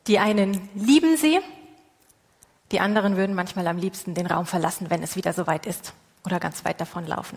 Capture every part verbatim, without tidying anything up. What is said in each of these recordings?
Die einen lieben sie, die anderen würden manchmal am liebsten den Raum verlassen, wenn es wieder soweit ist oder ganz weit davonlaufen.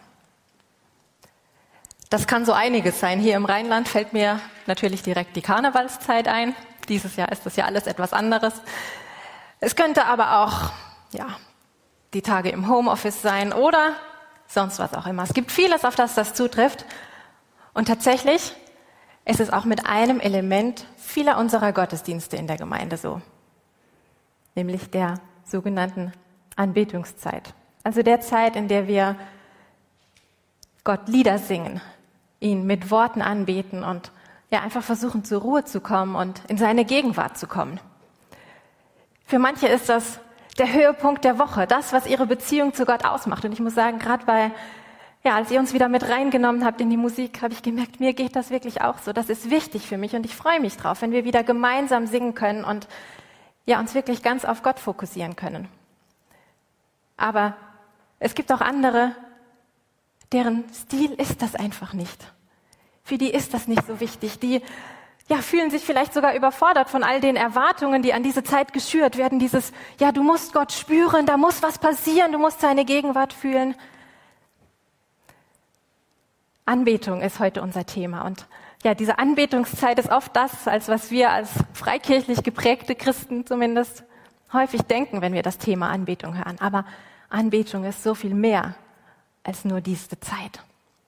Das kann so einiges sein. Hier im Rheinland fällt mir natürlich direkt die Karnevalszeit ein. Dieses Jahr ist das ja alles etwas anderes. Es könnte aber auch, ja, die Tage im Homeoffice sein oder sonst was auch immer. Es gibt vieles, auf das das zutrifft. Und tatsächlich ist es auch mit einem Element vieler unserer Gottesdienste in der Gemeinde so. Nämlich der sogenannten Anbetungszeit. Also der Zeit, in der wir Gott Lieder singen, ihn mit Worten anbeten und ja einfach versuchen, zur Ruhe zu kommen und in seine Gegenwart zu kommen. Für manche ist das der Höhepunkt der Woche, das, was ihre Beziehung zu Gott ausmacht. Und ich muss sagen, gerade bei, ja, als ihr uns wieder mit reingenommen habt in die Musik, habe ich gemerkt, mir geht das wirklich auch so. Das ist wichtig für mich und ich freue mich drauf, wenn wir wieder gemeinsam singen können und ja, uns wirklich ganz auf Gott fokussieren können. Aber es gibt auch andere, deren Stil ist das einfach nicht. Für die ist das nicht so wichtig. Die ja, fühlen sich vielleicht sogar überfordert von all den Erwartungen, die an diese Zeit geschürt werden. Dieses, ja, du musst Gott spüren, da muss was passieren, du musst seine Gegenwart fühlen. Anbetung ist heute unser Thema. Und ja, diese Anbetungszeit ist oft das, als was wir als freikirchlich geprägte Christen zumindest häufig denken, wenn wir das Thema Anbetung hören. Aber Anbetung ist so viel mehr als nur diese Zeit.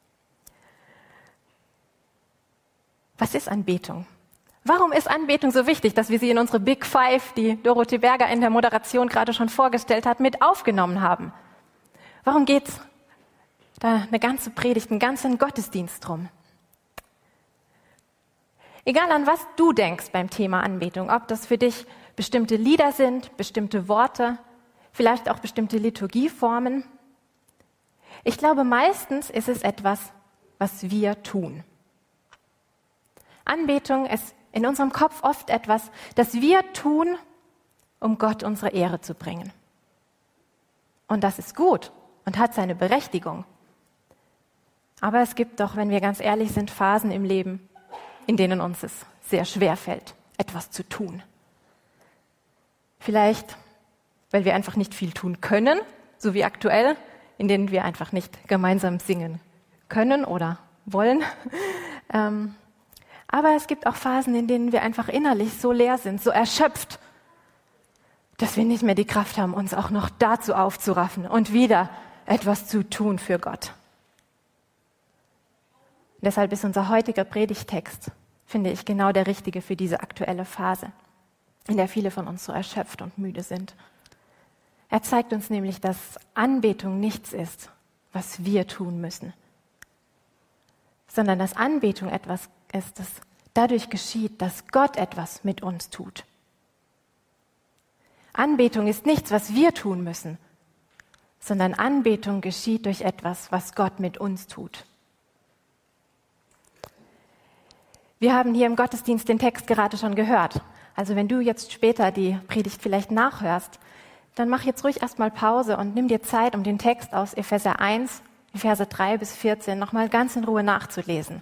Was ist Anbetung? Warum ist Anbetung so wichtig, dass wir sie in unsere Big Five, die Dorothee Berger in der Moderation gerade schon vorgestellt hat, mit aufgenommen haben? Warum geht's da eine ganze Predigt, einen ganzen Gottesdienst drum? Egal an was du denkst beim Thema Anbetung, ob das für dich bestimmte Lieder sind, bestimmte Worte, vielleicht auch bestimmte Liturgieformen. Ich glaube, meistens ist es etwas, was wir tun. Anbetung ist in unserem Kopf oft etwas, das wir tun, um Gott unsere Ehre zu bringen. Und das ist gut und hat seine Berechtigung. Aber es gibt doch, wenn wir ganz ehrlich sind, Phasen im Leben, in denen uns es sehr schwer fällt, etwas zu tun. Vielleicht, weil wir einfach nicht viel tun können, so wie aktuell, in denen wir einfach nicht gemeinsam singen können oder wollen. Ähm, aber es gibt auch Phasen, in denen wir einfach innerlich so leer sind, so erschöpft, dass wir nicht mehr die Kraft haben, uns auch noch dazu aufzuraffen und wieder etwas zu tun für Gott. Deshalb ist unser heutiger Predigtext, finde ich, genau der richtige für diese aktuelle Phase, in der viele von uns so erschöpft und müde sind. Er zeigt uns nämlich, dass Anbetung nichts ist, was wir tun müssen, sondern dass Anbetung etwas ist, das dadurch geschieht, dass Gott etwas mit uns tut. Anbetung ist nichts, was wir tun müssen, sondern Anbetung geschieht durch etwas, was Gott mit uns tut. Wir haben hier im Gottesdienst den Text gerade schon gehört. Also wenn du jetzt später die Predigt vielleicht nachhörst, dann mach jetzt ruhig erstmal Pause und nimm dir Zeit, um den Text aus Epheser eins, die Verse drei bis vierzehn, nochmal ganz in Ruhe nachzulesen.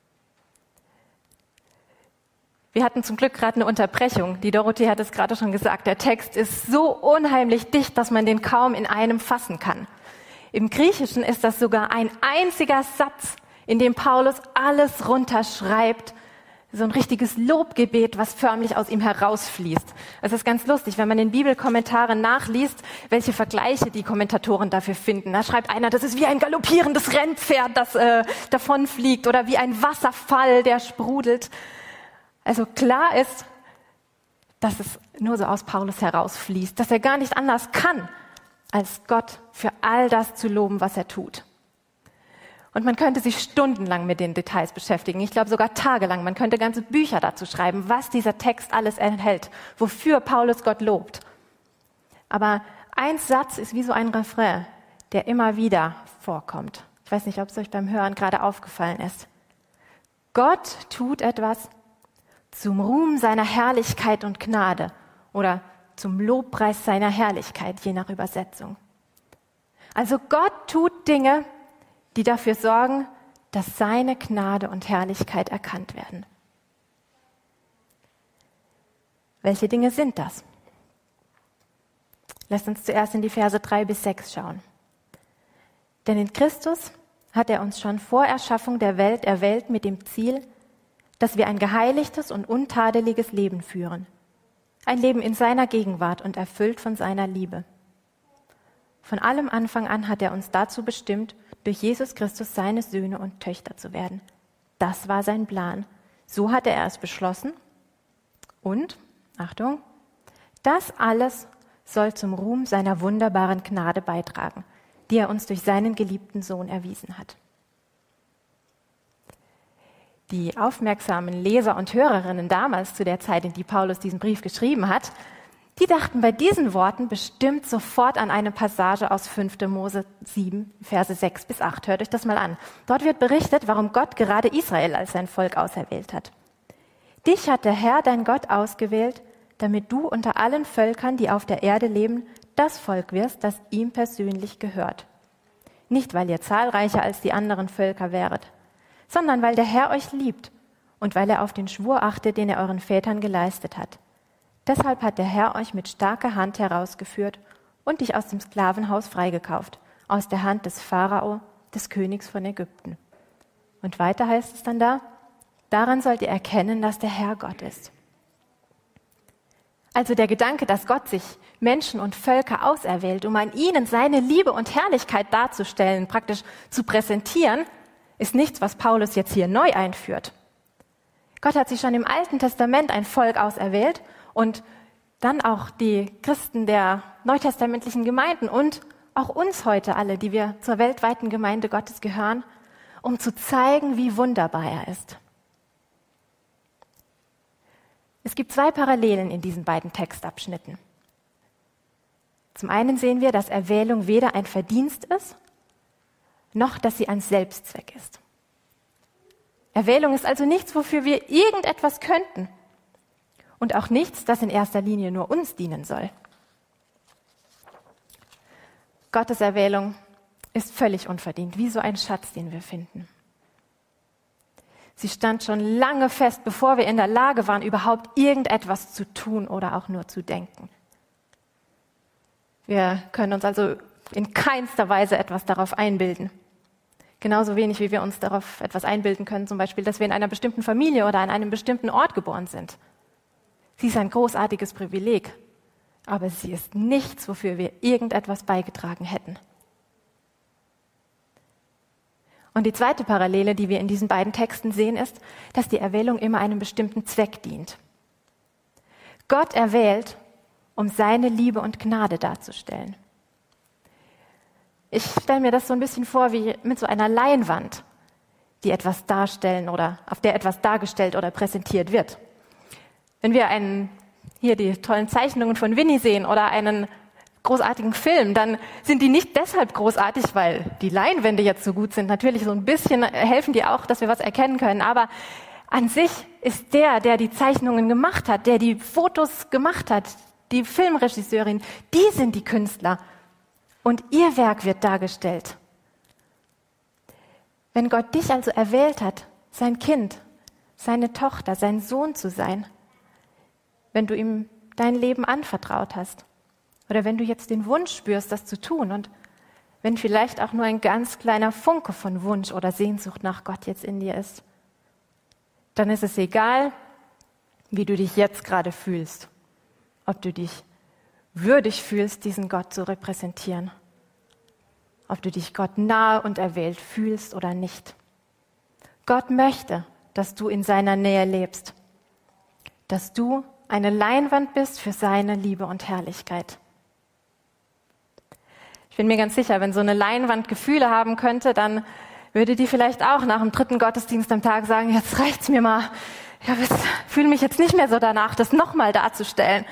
Wir hatten zum Glück gerade eine Unterbrechung. Die Dorothee hat es gerade schon gesagt. Der Text ist so unheimlich dicht, dass man den kaum in einem fassen kann. Im Griechischen ist das sogar ein einziger Satz, in dem Paulus alles runterschreibt. So ein richtiges Lobgebet, was förmlich aus ihm herausfließt. Es ist ganz lustig, wenn man in Bibelkommentaren nachliest, welche Vergleiche die Kommentatoren dafür finden. Da schreibt einer, das ist wie ein galoppierendes Rennpferd, das äh, davonfliegt, oder wie ein Wasserfall, der sprudelt. Also klar ist, dass es nur so aus Paulus herausfließt, dass er gar nicht anders kann, als Gott für all das zu loben, was er tut. Und man könnte sich stundenlang mit den Details beschäftigen, ich glaube sogar tagelang. Man könnte ganze Bücher dazu schreiben, was dieser Text alles enthält, wofür Paulus Gott lobt. Aber ein Satz ist wie so ein Refrain, der immer wieder vorkommt. Ich weiß nicht, ob es euch beim Hören gerade aufgefallen ist. Gott tut etwas zum Ruhm seiner Herrlichkeit und Gnade oder zum Lobpreis seiner Herrlichkeit, je nach Übersetzung. Also Gott tut Dinge, die dafür sorgen, dass seine Gnade und Herrlichkeit erkannt werden. Welche Dinge sind das? Lasst uns zuerst in die Verse drei bis sechs schauen. Denn in Christus hat er uns schon vor Erschaffung der Welt erwählt mit dem Ziel, dass wir ein geheiligtes und untadeliges Leben führen. Ein Leben in seiner Gegenwart und erfüllt von seiner Liebe. Von allem Anfang an hat er uns dazu bestimmt, durch Jesus Christus seine Söhne und Töchter zu werden. Das war sein Plan. So hatte er es beschlossen. Und, Achtung, das alles soll zum Ruhm seiner wunderbaren Gnade beitragen, die er uns durch seinen geliebten Sohn erwiesen hat. Die aufmerksamen Leser und Hörerinnen damals, zu der Zeit, in die Paulus diesen Brief geschrieben hat, die dachten bei diesen Worten bestimmt sofort an eine Passage aus fünfter Mose sieben, Verse sechs bis acht. Hört euch das mal an. Dort wird berichtet, warum Gott gerade Israel als sein Volk auserwählt hat. Dich hat der Herr, dein Gott, ausgewählt, damit du unter allen Völkern, die auf der Erde leben, das Volk wirst, das ihm persönlich gehört. Nicht, weil ihr zahlreicher als die anderen Völker wäret, sondern weil der Herr euch liebt und weil er auf den Schwur achtet, den er euren Vätern geleistet hat. Deshalb hat der Herr euch mit starker Hand herausgeführt und dich aus dem Sklavenhaus freigekauft, aus der Hand des Pharao, des Königs von Ägypten. Und weiter heißt es dann da, daran sollt ihr erkennen, dass der Herr Gott ist. Also der Gedanke, dass Gott sich Menschen und Völker auserwählt, um an ihnen seine Liebe und Herrlichkeit darzustellen, praktisch zu präsentieren, ist nichts, was Paulus jetzt hier neu einführt. Gott hat sich schon im Alten Testament ein Volk auserwählt und dann auch die Christen der neutestamentlichen Gemeinden und auch uns heute alle, die wir zur weltweiten Gemeinde Gottes gehören, um zu zeigen, wie wunderbar er ist. Es gibt zwei Parallelen in diesen beiden Textabschnitten. Zum einen sehen wir, dass Erwählung weder ein Verdienst ist, noch dass sie ein Selbstzweck ist. Erwählung ist also nichts, wofür wir irgendetwas könnten und auch nichts, das in erster Linie nur uns dienen soll. Gottes Erwählung ist völlig unverdient, wie so ein Schatz, den wir finden. Sie stand schon lange fest, bevor wir in der Lage waren, überhaupt irgendetwas zu tun oder auch nur zu denken. Wir können uns also in keinster Weise etwas darauf einbilden. Genauso wenig, wie wir uns darauf etwas einbilden können, zum Beispiel, dass wir in einer bestimmten Familie oder an einem bestimmten Ort geboren sind. Sie ist ein großartiges Privileg, aber sie ist nichts, wofür wir irgendetwas beigetragen hätten. Und die zweite Parallele, die wir in diesen beiden Texten sehen, ist, dass die Erwählung immer einem bestimmten Zweck dient. Gott erwählt, um seine Liebe und Gnade darzustellen. Ich stelle mir das so ein bisschen vor wie mit so einer Leinwand, die etwas darstellen oder auf der etwas dargestellt oder präsentiert wird. Wenn wir einen, hier die tollen Zeichnungen von Winnie sehen oder einen großartigen Film, dann sind die nicht deshalb großartig, weil die Leinwände jetzt so gut sind. Natürlich so ein bisschen helfen die auch, dass wir was erkennen können, aber an sich ist der, der die Zeichnungen gemacht hat, der die Fotos gemacht hat, die Filmregisseurin, die sind die Künstler und ihr Werk wird dargestellt. Wenn Gott dich also erwählt hat, sein Kind, seine Tochter, sein Sohn zu sein, wenn du ihm dein Leben anvertraut hast, oder wenn du jetzt den Wunsch spürst, das zu tun und wenn vielleicht auch nur ein ganz kleiner Funke von Wunsch oder Sehnsucht nach Gott jetzt in dir ist, dann ist es egal, wie du dich jetzt gerade fühlst, ob du dich würdig fühlst, diesen Gott zu repräsentieren, ob du dich Gott nahe und erwählt fühlst oder nicht. Gott möchte, dass du in seiner Nähe lebst, dass du eine Leinwand bist für seine Liebe und Herrlichkeit. Ich bin mir ganz sicher, wenn so eine Leinwand Gefühle haben könnte, dann würde die vielleicht auch nach dem dritten Gottesdienst am Tag sagen, jetzt reicht's mir mal. Ich fühle mich jetzt nicht mehr so danach, das nochmal darzustellen.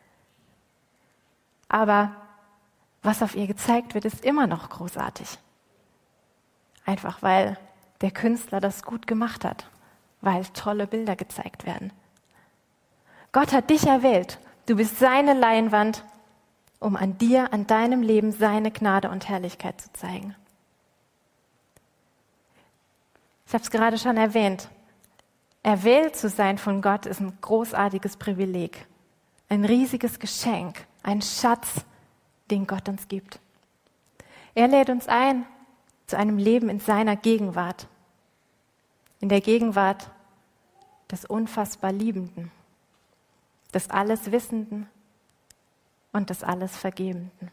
Aber was auf ihr gezeigt wird, ist immer noch großartig. Einfach weil der Künstler das gut gemacht hat, weil tolle Bilder gezeigt werden. Gott hat dich erwählt. Du bist seine Leinwand, um an dir, an deinem Leben seine Gnade und Herrlichkeit zu zeigen. Ich habe es gerade schon erwähnt. Erwählt zu sein von Gott ist ein großartiges Privileg. ein riesiges Geschenk, ein Schatz, den Gott uns gibt. Er lädt uns ein zu einem Leben in seiner Gegenwart, in der Gegenwart des unfassbar Liebenden, des Alleswissenden und des Allesvergebenden.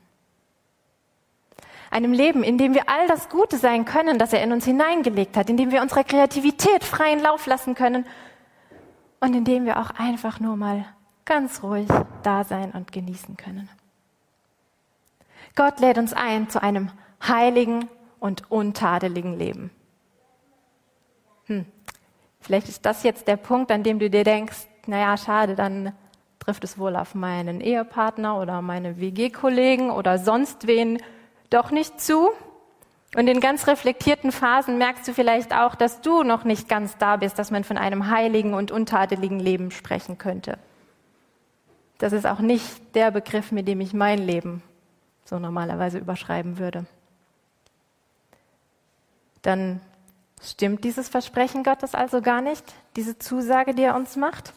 Einem Leben, in dem wir all das Gute sein können, das er in uns hineingelegt hat, in dem wir unserer Kreativität freien Lauf lassen können und in dem wir auch einfach nur mal ganz ruhig da sein und genießen können. Gott lädt uns ein zu einem heiligen und untadeligen Leben. Hm. Vielleicht ist das jetzt der Punkt, an dem du dir denkst, naja, schade, dann trifft es wohl auf meinen Ehepartner oder meine W G-Kollegen oder sonst wen doch nicht zu. Und in ganz reflektierten Phasen merkst du vielleicht auch, dass du noch nicht ganz da bist, dass man von einem heiligen und untadeligen Leben sprechen könnte. Das ist auch nicht der Begriff, mit dem ich mein Leben so normalerweise überschreiben würde. Dann stimmt dieses Versprechen Gottes also gar nicht, diese Zusage, die er uns macht?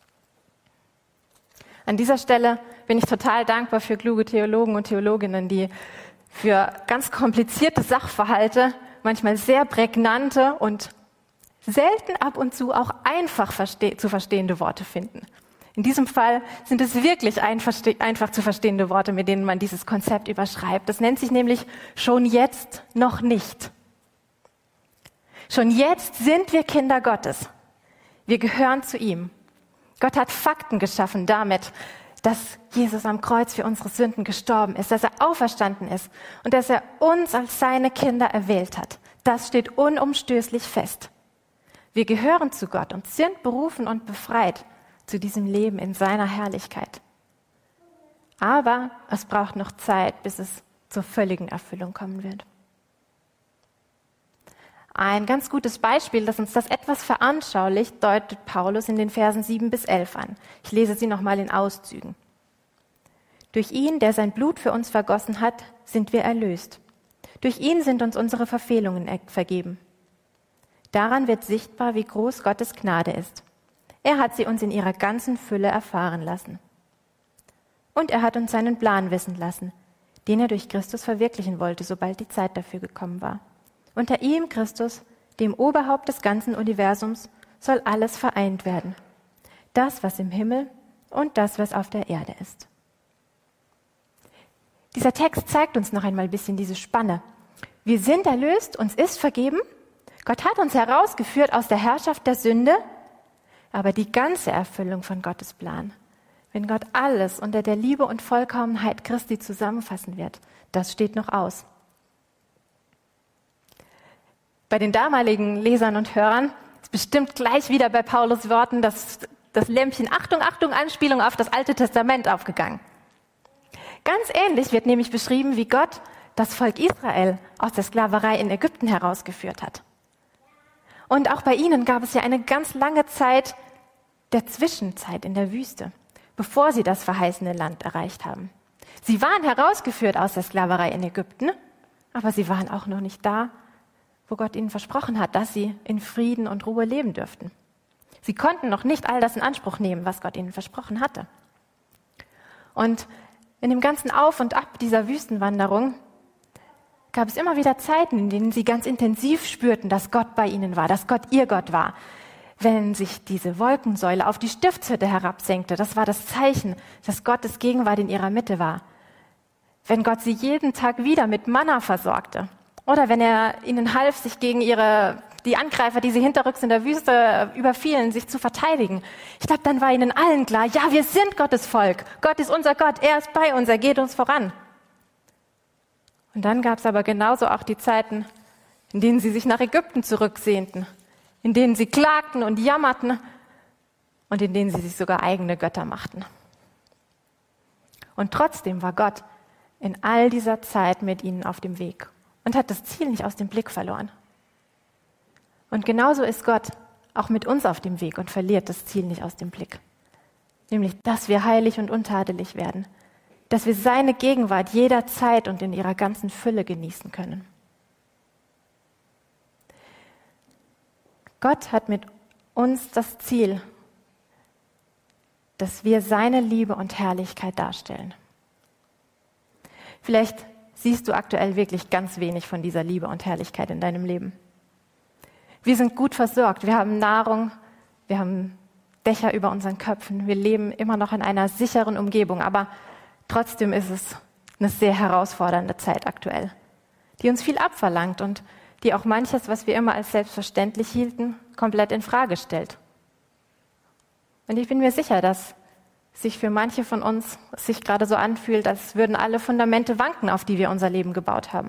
An dieser Stelle bin ich total dankbar für kluge Theologen und Theologinnen, die für ganz komplizierte Sachverhalte manchmal sehr prägnante und selten ab und zu auch einfach verste- zu verstehende Worte finden. In diesem Fall sind es wirklich einverste- einfach zu verstehende Worte, mit denen man dieses Konzept überschreibt. Das nennt sich nämlich schon jetzt noch nicht. Schon jetzt sind wir Kinder Gottes. Wir gehören zu ihm. Gott hat Fakten geschaffen damit, dass Jesus am Kreuz für unsere Sünden gestorben ist, dass er auferstanden ist und dass er uns als seine Kinder erwählt hat. Das steht unumstößlich fest. Wir gehören zu Gott und sind berufen und befreit zu diesem Leben in seiner Herrlichkeit. Aber es braucht noch Zeit, bis es zur völligen Erfüllung kommen wird. Ein ganz gutes Beispiel, das uns das etwas veranschaulicht, deutet Paulus in den Versen sieben bis elf an. Ich lese sie nochmal in Auszügen. Durch ihn, der sein Blut für uns vergossen hat, sind wir erlöst. Durch ihn sind uns unsere Verfehlungen vergeben. Daran wird sichtbar, wie groß Gottes Gnade ist. Er hat sie uns in ihrer ganzen Fülle erfahren lassen. Und er hat uns seinen Plan wissen lassen, den er durch Christus verwirklichen wollte, sobald die Zeit dafür gekommen war. Unter ihm, Christus, dem Oberhaupt des ganzen Universums, soll alles vereint werden. Das, was im Himmel und das, was auf der Erde ist. Dieser Text zeigt uns noch einmal ein bisschen diese Spanne. Wir sind erlöst, uns ist vergeben. Gott hat uns herausgeführt aus der Herrschaft der Sünde. Aber die ganze Erfüllung von Gottes Plan, wenn Gott alles unter der Liebe und Vollkommenheit Christi zusammenfassen wird, das steht noch aus. Bei den damaligen Lesern und Hörern ist bestimmt gleich wieder bei Paulus Worten das, das Lämpchen Achtung, Achtung, Anspielung auf das Alte Testament aufgegangen. Ganz ähnlich wird nämlich beschrieben, wie Gott das Volk Israel aus der Sklaverei in Ägypten herausgeführt hat. Und auch bei ihnen gab es ja eine ganz lange Zeit der Zwischenzeit in der Wüste, bevor sie das verheißene Land erreicht haben. Sie waren herausgeführt aus der Sklaverei in Ägypten, aber sie waren auch noch nicht da, wo Gott ihnen versprochen hat, dass sie in Frieden und Ruhe leben dürften. Sie konnten noch nicht all das in Anspruch nehmen, was Gott ihnen versprochen hatte. Und in dem ganzen Auf und Ab dieser Wüstenwanderung gab es immer wieder Zeiten, in denen sie ganz intensiv spürten, dass Gott bei ihnen war, dass Gott ihr Gott war. Wenn sich diese Wolkensäule auf die Stiftshütte herabsenkte, das war das Zeichen, dass Gottes Gegenwart in ihrer Mitte war. Wenn Gott sie jeden Tag wieder mit Manna versorgte oder wenn er ihnen half, sich gegen ihre, die Angreifer, die sie hinterrücks in der Wüste überfielen, sich zu verteidigen. Ich glaube, dann war ihnen allen klar, ja, wir sind Gottes Volk. Gott ist unser Gott, er ist bei uns, er geht uns voran. Und dann gab es aber genauso auch die Zeiten, in denen sie sich nach Ägypten zurücksehnten, in denen sie klagten und jammerten und in denen sie sich sogar eigene Götter machten. Und trotzdem war Gott in all dieser Zeit mit ihnen auf dem Weg und hat das Ziel nicht aus dem Blick verloren. Und genauso ist Gott auch mit uns auf dem Weg und verliert das Ziel nicht aus dem Blick. Nämlich, dass wir heilig und untadelig werden, dass wir seine Gegenwart jederzeit und in ihrer ganzen Fülle genießen können. Gott hat mit uns das Ziel, dass wir seine Liebe und Herrlichkeit darstellen. Vielleicht siehst du aktuell wirklich ganz wenig von dieser Liebe und Herrlichkeit in deinem Leben. Wir sind gut versorgt, wir haben Nahrung, wir haben Dächer über unseren Köpfen, wir leben immer noch in einer sicheren Umgebung, aber trotzdem ist es eine sehr herausfordernde Zeit aktuell, die uns viel abverlangt und die auch manches, was wir immer als selbstverständlich hielten, komplett in Frage stellt. Und ich bin mir sicher, dass sich für manche von uns es sich gerade so anfühlt, als würden alle Fundamente wanken, auf die wir unser Leben gebaut haben.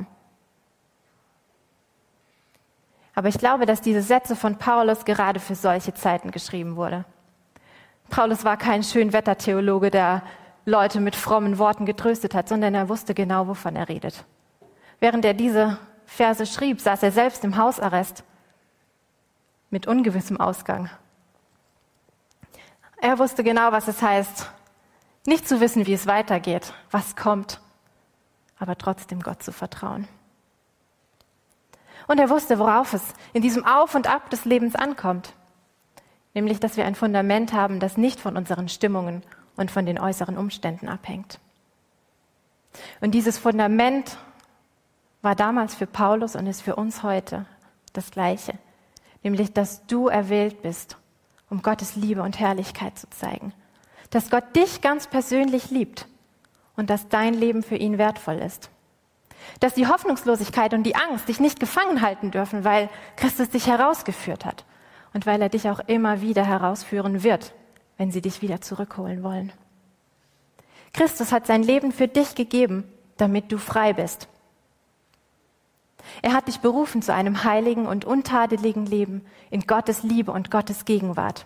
Aber ich glaube, dass diese Sätze von Paulus gerade für solche Zeiten geschrieben wurde. Paulus war kein Schönwettertheologe, der Leute mit frommen Worten getröstet hat, sondern er wusste genau, wovon er redet. Während er diese Verse schrieb, saß er selbst im Hausarrest mit ungewissem Ausgang. Er wusste genau, was es heißt, nicht zu wissen, wie es weitergeht, was kommt, aber trotzdem Gott zu vertrauen. Und er wusste, worauf es in diesem Auf und Ab des Lebens ankommt, nämlich, dass wir ein Fundament haben, das nicht von unseren Stimmungen und von den äußeren Umständen abhängt. Und dieses Fundament war damals für Paulus und ist für uns heute das Gleiche, nämlich, dass du erwählt bist, um Gottes Liebe und Herrlichkeit zu zeigen, dass Gott dich ganz persönlich liebt und dass dein Leben für ihn wertvoll ist, dass die Hoffnungslosigkeit und die Angst dich nicht gefangen halten dürfen, weil Christus dich herausgeführt hat und weil er dich auch immer wieder herausführen wird, wenn sie dich wieder zurückholen wollen. Christus hat sein Leben für dich gegeben, damit du frei bist. Er hat dich berufen zu einem heiligen und untadeligen Leben in Gottes Liebe und Gottes Gegenwart.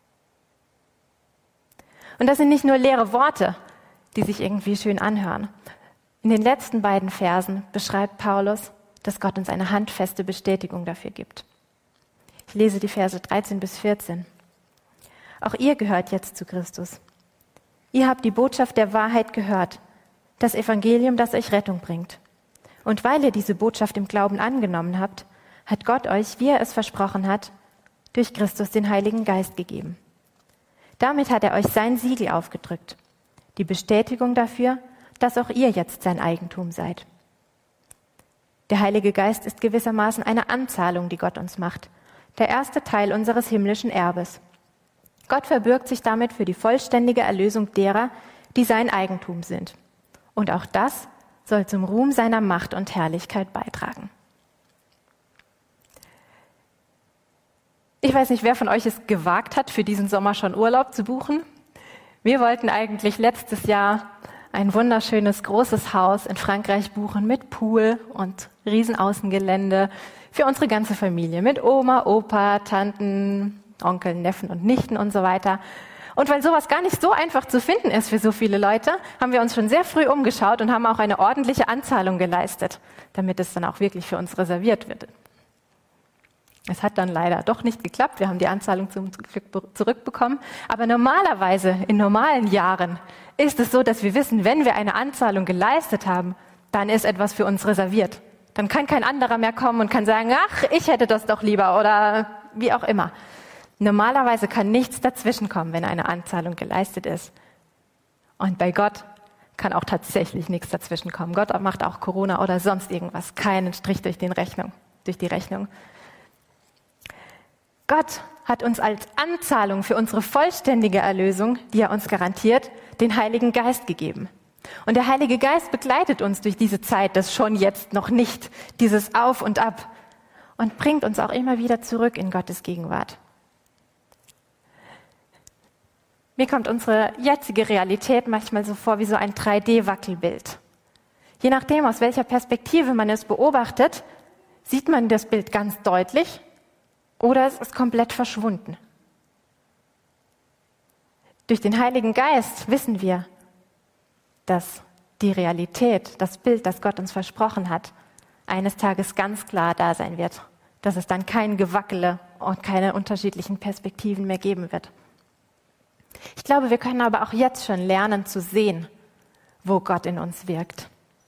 Und das sind nicht nur leere Worte, die sich irgendwie schön anhören. In den letzten beiden Versen beschreibt Paulus, dass Gott uns eine handfeste Bestätigung dafür gibt. Ich lese die Verse dreizehn bis vierzehn. Auch ihr gehört jetzt zu Christus. Ihr habt die Botschaft der Wahrheit gehört, das Evangelium, das euch Rettung bringt. Und weil ihr diese Botschaft im Glauben angenommen habt, hat Gott euch, wie er es versprochen hat, durch Christus den Heiligen Geist gegeben. Damit hat er euch sein Siegel aufgedrückt, die Bestätigung dafür, dass auch ihr jetzt sein Eigentum seid. Der Heilige Geist ist gewissermaßen eine Anzahlung, die Gott uns macht, der erste Teil unseres himmlischen Erbes. Gott verbürgt sich damit für die vollständige Erlösung derer, die sein Eigentum sind. Und auch das soll zum Ruhm seiner Macht und Herrlichkeit beitragen. Ich weiß nicht, wer von euch es gewagt hat, für diesen Sommer schon Urlaub zu buchen. Wir wollten eigentlich letztes Jahr ein wunderschönes, großes Haus in Frankreich buchen mit Pool und Riesenaußengelände für unsere ganze Familie, mit Oma, Opa, Tanten, Onkeln, Neffen und Nichten und so weiter. Und weil sowas gar nicht so einfach zu finden ist für so viele Leute, haben wir uns schon sehr früh umgeschaut und haben auch eine ordentliche Anzahlung geleistet, damit es dann auch wirklich für uns reserviert wird. Es hat dann leider doch nicht geklappt, wir haben die Anzahlung zum Glück zurückbekommen, aber normalerweise, in normalen Jahren, ist es so, dass wir wissen, wenn wir eine Anzahlung geleistet haben, dann ist etwas für uns reserviert. Dann kann kein anderer mehr kommen und kann sagen, ach, ich hätte das doch lieber oder wie auch immer. Normalerweise kann nichts dazwischenkommen, wenn eine Anzahlung geleistet ist. Und bei Gott kann auch tatsächlich nichts dazwischenkommen. Gott macht auch Corona oder sonst irgendwas keinen Strich durch, den Rechnung, durch die Rechnung. Gott hat uns als Anzahlung für unsere vollständige Erlösung, die er uns garantiert, den Heiligen Geist gegeben. Und der Heilige Geist begleitet uns durch diese Zeit, das schon jetzt noch nicht, dieses Auf und Ab, und bringt uns auch immer wieder zurück in Gottes Gegenwart. Mir kommt unsere jetzige Realität manchmal so vor wie so ein drei D Wackelbild. Je nachdem, aus welcher Perspektive man es beobachtet, sieht man das Bild ganz deutlich oder es ist komplett verschwunden. Durch den Heiligen Geist wissen wir, dass die Realität, das Bild, das Gott uns versprochen hat, eines Tages ganz klar da sein wird. Dass es dann kein Gewackele und keine unterschiedlichen Perspektiven mehr geben wird. Ich glaube, wir können aber auch jetzt schon lernen zu sehen, wo Gott in uns wirkt.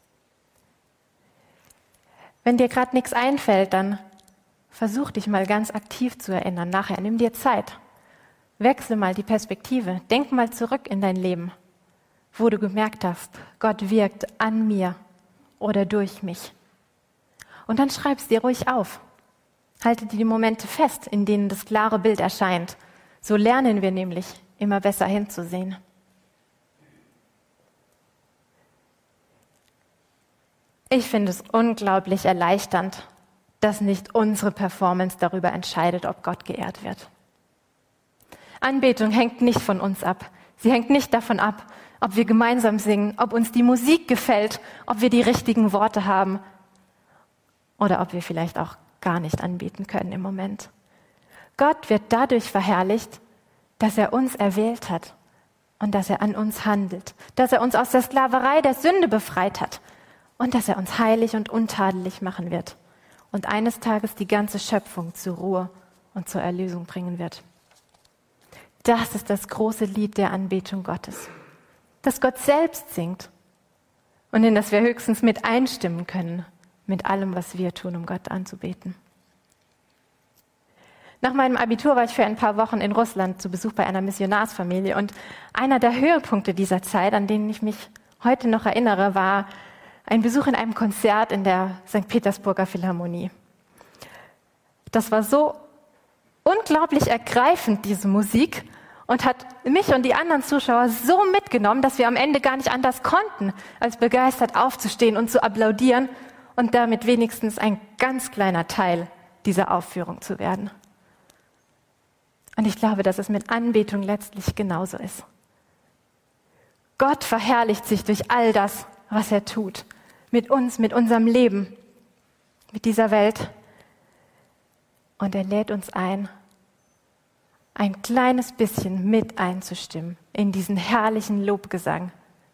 Wenn dir gerade nichts einfällt, dann versuch dich mal ganz aktiv zu erinnern. Nachher nimm dir Zeit. Wechsle mal die Perspektive. Denk mal zurück in dein Leben, wo du gemerkt hast, Gott wirkt an mir oder durch mich. Und dann schreib es dir ruhig auf. Halte die Momente fest, in denen das klare Bild erscheint. So lernen wir nämlich, immer besser hinzusehen. Ich finde es unglaublich erleichternd, dass nicht unsere Performance darüber entscheidet, ob Gott geehrt wird. Anbetung hängt nicht von uns ab. Sie hängt nicht davon ab, ob wir gemeinsam singen, ob uns die Musik gefällt, ob wir die richtigen Worte haben oder ob wir vielleicht auch gar nicht anbeten können im Moment. Gott wird dadurch verherrlicht, dass er uns erwählt hat und dass er an uns handelt, dass er uns aus der Sklaverei der Sünde befreit hat und dass er uns heilig und untadelig machen wird und eines Tages die ganze Schöpfung zur Ruhe und zur Erlösung bringen wird. Das ist das große Lied der Anbetung Gottes, das Gott selbst singt und in das wir höchstens mit einstimmen können, mit allem, was wir tun, um Gott anzubeten. Nach meinem Abitur war ich für ein paar Wochen in Russland zu Besuch bei einer Missionarsfamilie und einer der Höhepunkte dieser Zeit, an den ich mich heute noch erinnere, war ein Besuch in einem Konzert in der Sankt Petersburger Philharmonie. Das war so unglaublich ergreifend, diese Musik, und hat mich und die anderen Zuschauer so mitgenommen, dass wir am Ende gar nicht anders konnten, als begeistert aufzustehen und zu applaudieren und damit wenigstens ein ganz kleiner Teil dieser Aufführung zu werden. Und ich glaube, dass es mit Anbetung letztlich genauso ist. Gott verherrlicht sich durch all das, was er tut. Mit uns, mit unserem Leben, mit dieser Welt. Und er lädt uns ein, ein kleines bisschen mit einzustimmen in diesen herrlichen Lobgesang.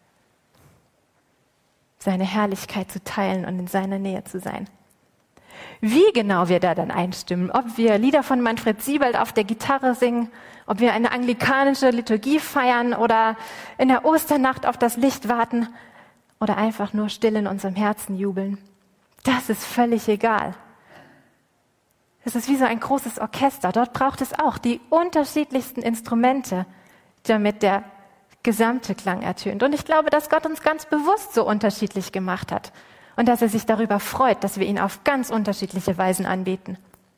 Seine Herrlichkeit zu teilen und in seiner Nähe zu sein. Wie genau wir da dann einstimmen, ob wir Lieder von Manfred Siebald auf der Gitarre singen, ob wir eine anglikanische Liturgie feiern oder in der Osternacht auf das Licht warten oder einfach nur still in unserem Herzen jubeln, das ist völlig egal. Es ist wie so ein großes Orchester. Dort braucht es auch die unterschiedlichsten Instrumente, damit der gesamte Klang ertönt. Und ich glaube, dass Gott uns ganz bewusst so unterschiedlich gemacht hat und dass er sich darüber freut, dass wir ihn auf ganz unterschiedliche Weisen anbeten.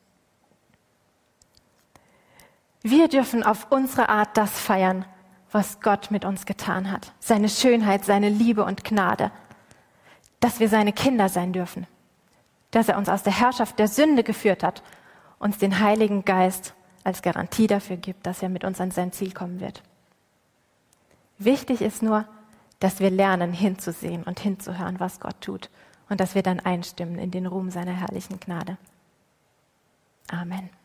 Wir dürfen auf unsere Art das feiern, was Gott mit uns getan hat. Seine Schönheit, seine Liebe und Gnade. Dass wir seine Kinder sein dürfen. Dass er uns aus der Herrschaft der Sünde geführt hat, uns den Heiligen Geist als Garantie dafür gibt, dass er mit uns an sein Ziel kommen wird. Wichtig ist nur, dass wir lernen, hinzusehen und hinzuhören, was Gott tut und dass wir dann einstimmen in den Ruhm seiner herrlichen Gnade. Amen.